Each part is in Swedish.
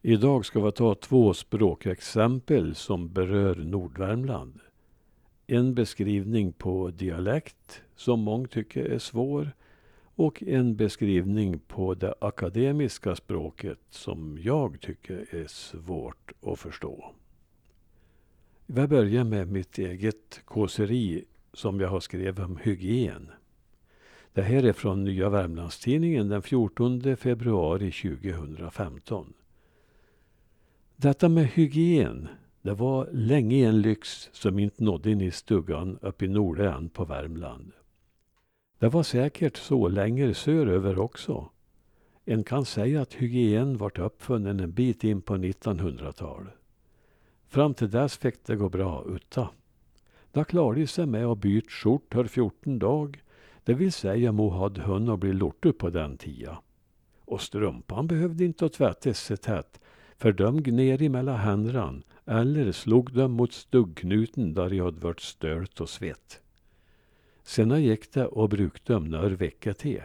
Idag ska vi ta 2 språkexempel som berör Nordvärmland. En beskrivning på dialekt som många tycker är svår och en beskrivning på det akademiska språket som jag tycker är svårt att förstå. Vi börjar med mitt eget kåseri som jag har skrivit om hygien. Det här är från Nya Värmlandstidningen den 14 februari 2015. Detta med hygien, det var länge en lyx som inte nådde in i stuggan uppe i Nordön på Värmland. Det var säkert så längre söderöver också. En kan säga att hygien vart uppfunnen en bit in på 1900-talet. Fram till dess fick det gå bra utta. Då klarade sig med att byta skjort hör 14 dag, det vill säga mo hade hunnit bli lortu på den tiden. Och strumpan behövde inte att tvättas sig tätt, för de gned i mellan händerna eller slog dem mot stuggknuten där de hade varit stölt och svett. Sen gick det och brukte de några veckor till.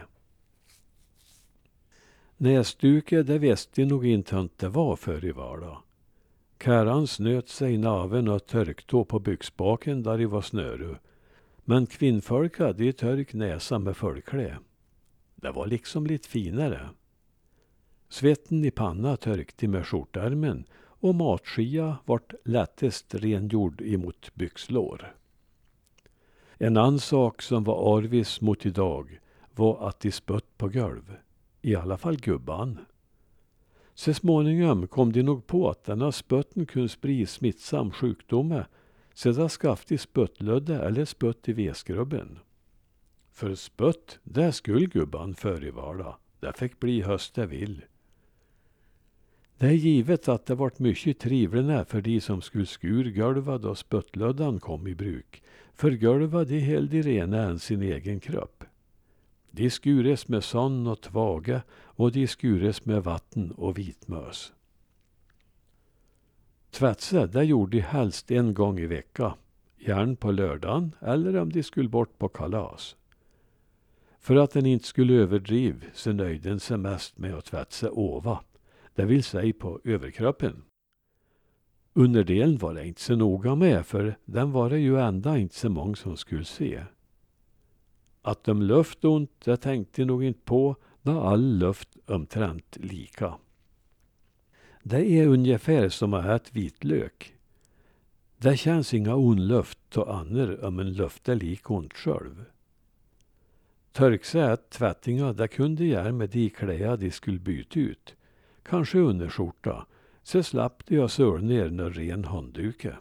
Näsduke det visste nog inte att det var för i vardag. Käran snöt sig i naven och törktå på byxbaken där det var snöru. Men kvinnfolka de törk näsa med folklä. Det var liksom lite finare. Svetten i panna törkte med skjortärmen och matskia vart lättest rengjord emot byxlår. En annan sak som var arvis mot idag var att de spött på golv. I alla fall gubban. Så småningom kom de nog på att denna spötten kunde sprida smittsam sjukdomar, så där skaffade spöttlödde eller spött i veskrubben. För spött, där skulle gubban för i vardag. Det fick bli höst det vill. Det är givet att det vart mycket trivligare för de som skulle skur golva då spöttlöddan kom i bruk. För golva de held i rena än sin egen kropp. De skures med sån och tvage och de skures med vatten och vitmös. Tvättse, det gjorde de helst en gång i vecka. Gärna på lördagen eller om de skulle bort på kalas. För att den inte skulle överdriv så nöjde den sig mest med att tvättse ova. Det vill säga på överkroppen. Underdelen var det inte så noga med, för den var det ju ända inte så många som skulle se. Att de luft ont, det tänkte nog inte på, då all luft omtrent lika. Det är ungefär som att äta vitlök. Det känns inga onluft till andra om en luft är lik ont själv. Törksät tvättingar det kunde göra med de kläder de skulle byta ut. Kanske underskjorta, så slapp de att söla ner en ren handduke.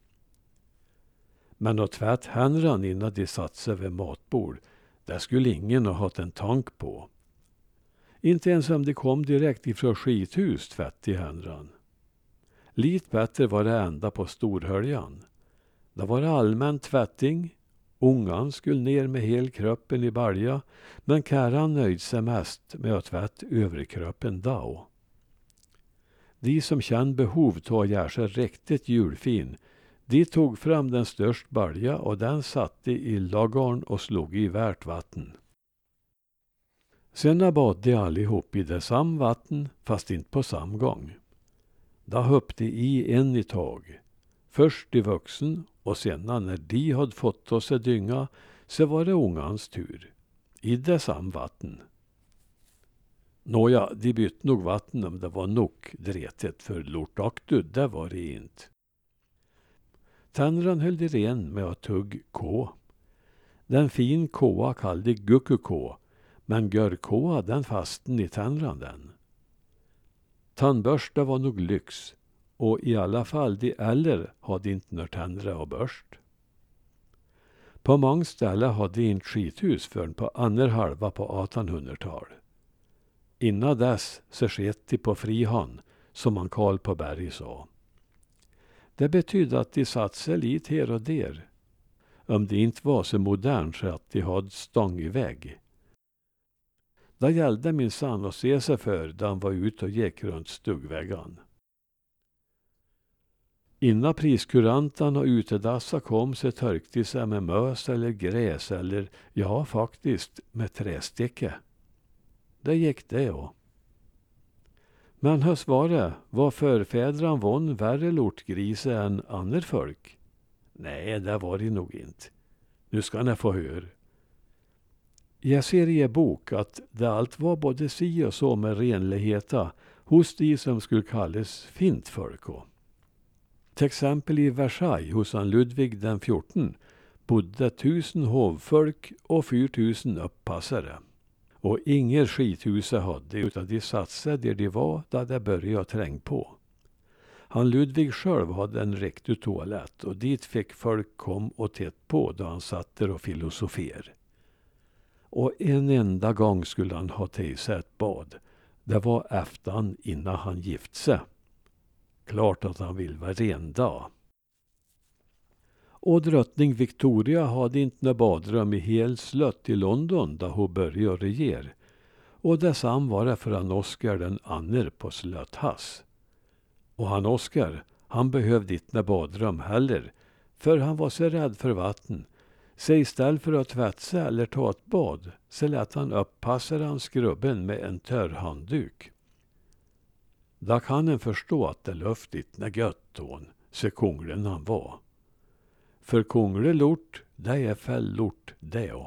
Men att tvätt händerna innan de satt sig vid matbord, det skulle ingen ha haft en tank på. Inte ens om de kom direkt ifrån skithus tvätt i händerna. Lite bättre var det ända på storhöljan. Det var allmän tvätting. Ungan skulle ner med hela kroppen i balja, men käran nöjde sig mest med att tvätta överkroppen då. De som kände behov av att göra sig riktigt julfin, de tog fram den största balja och den satte i lagarn och slog i värt vatten. Sen bad de allihop i det sam vatten, fast inte på sam gång. Då hoppade i en i tag. Först i vuxen och sedan när de hade fått oss att dynga så var det ungans tur. I det sam vatten. Nåja, de bytte nog vatten om det var nog dretet, för lortaktu, det var det inte. Tänderna höll de ren med att tugg K. Den fin K kallade gucku-K, men gör-K den fasten i tänderna den. Tandbörsta var nog lyx, och i alla fall de äldre hade inte några tänder och börst. På många ställen hade de inte skithus förrän på andra halva på 1800-talet. Innan dess så sket de på fri hand, som man Karl på berg sa. Det betydde att de satt sig lite här och där. Om det inte var så modernt så att de hade stång i vägg. Då gällde minsann att se sig för då han var ute och gick runt stuggväggan. Innan priskurantan och utedassa kom så törkte de sig med mös eller gräs eller, ja faktiskt, med trästicke. Det gick det också. Men hur svara, var förfädran vån värre lortgrise än ander folk? Nej, det var det nog inte. Nu ska ni få höra. Jag ser i en bok att det allt var både si och så med renligheta hos de som skulle kallas fint folk. Till exempel i Versailles hos han Ludvig den 14 bodde 1000 hovfolk och 4000 upppassare. Och inget skithuset hade utan de satsade där de var där det började tränga på. Han Ludvig själv hade en riktig toalett och dit fick folk kom och titt på då han satt där och filosofer. Och en enda gång skulle han ha till sig ett bad. Det var efter innan han gifte sig. Klart att han vill vara ren då. Och drottning Victoria hade inte något badrum i hel slott i London där hon började regera. Och detsamma var det för han Oscar den andra på slott Hass. Och han Oscar, han behövde inte något badrum heller, för han var så rädd för vatten. Så istället för att tvätta eller ta ett bad så lät han upppassaren hans skrubben med en törr handduk. Då kan en förstå att det luftigt när gött hon, så kunglen han var. För kungle lort, det är fäll lort det också.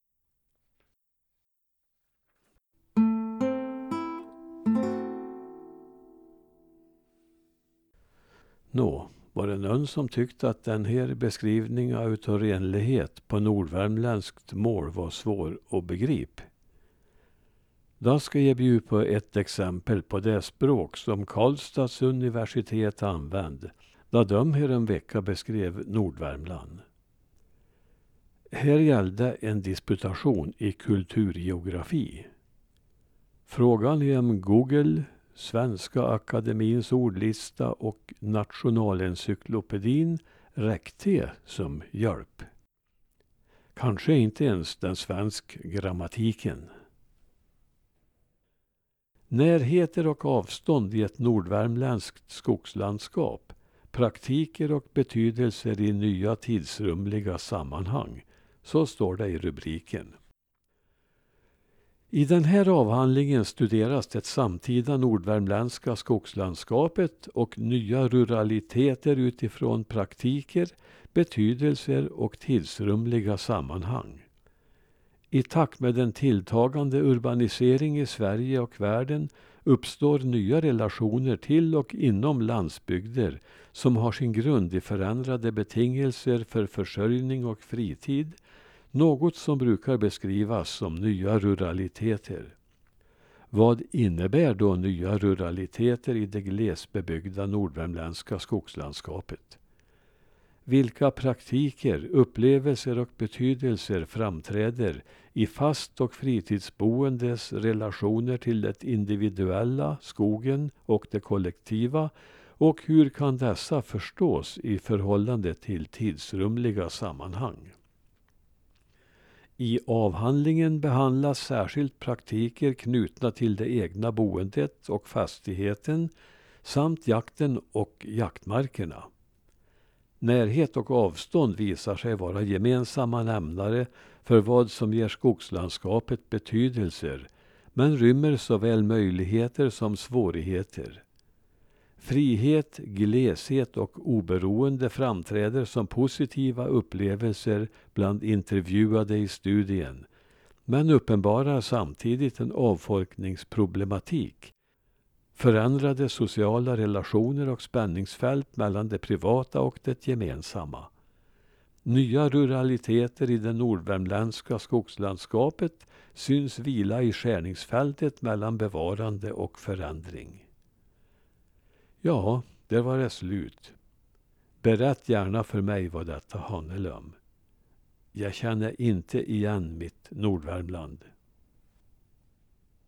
Nå, var det någon som tyckte att den här beskrivningen utav renlighet på nordvärmländskt mål var svår att begripa? Då ska jag bjuda på ett exempel på det språk som Karlstads universitet använde då de här en vecka beskrev Nordvärmland. Här gällde en disputation i kulturgeografi. Frågan är om Google, Svenska Akademins ordlista och Nationalencyklopedin räckte som hjälp. Kanske inte ens den svenska grammatiken. Närheter och avstånd i ett nordvärmländskt skogslandskap, praktiker och betydelser i nya tidsrumliga sammanhang, så står det i rubriken. I den här avhandlingen studeras det samtida nordvärmländska skogslandskapet och nya ruraliteter utifrån praktiker, betydelser och tidsrumliga sammanhang. I takt med den tilltagande urbanisering i Sverige och världen uppstår nya relationer till och inom landsbygder som har sin grund i förändrade betingelser för försörjning och fritid, något som brukar beskrivas som nya ruraliteter. Vad innebär då nya ruraliteter i det glesbebyggda nordvärmländska skogslandskapet? Vilka praktiker, upplevelser och betydelser framträder i fast- och fritidsboendes relationer till det individuella, skogen och det kollektiva, och hur kan dessa förstås i förhållande till tidsrumliga sammanhang? I avhandlingen behandlas särskilt praktiker knutna till det egna boendet och fastigheten samt jakten och jaktmarkerna. Närhet och avstånd visar sig vara gemensamma nämnare för vad som ger skogslandskapet betydelser, men rymmer såväl möjligheter som svårigheter. Frihet, gleshet och oberoende framträder som positiva upplevelser bland intervjuade i studien, men uppenbarar samtidigt en avfolkningsproblematik. Förändrade sociala relationer och spänningsfält mellan det privata och det gemensamma. Nya ruraliteter i det nordvärmländska skogslandskapet syns vila i skärningsfältet mellan bevarande och förändring. Ja, där var det slut. Berätt gärna för mig vad detta handlar om. Jag känner inte igen mitt Nordvärmland.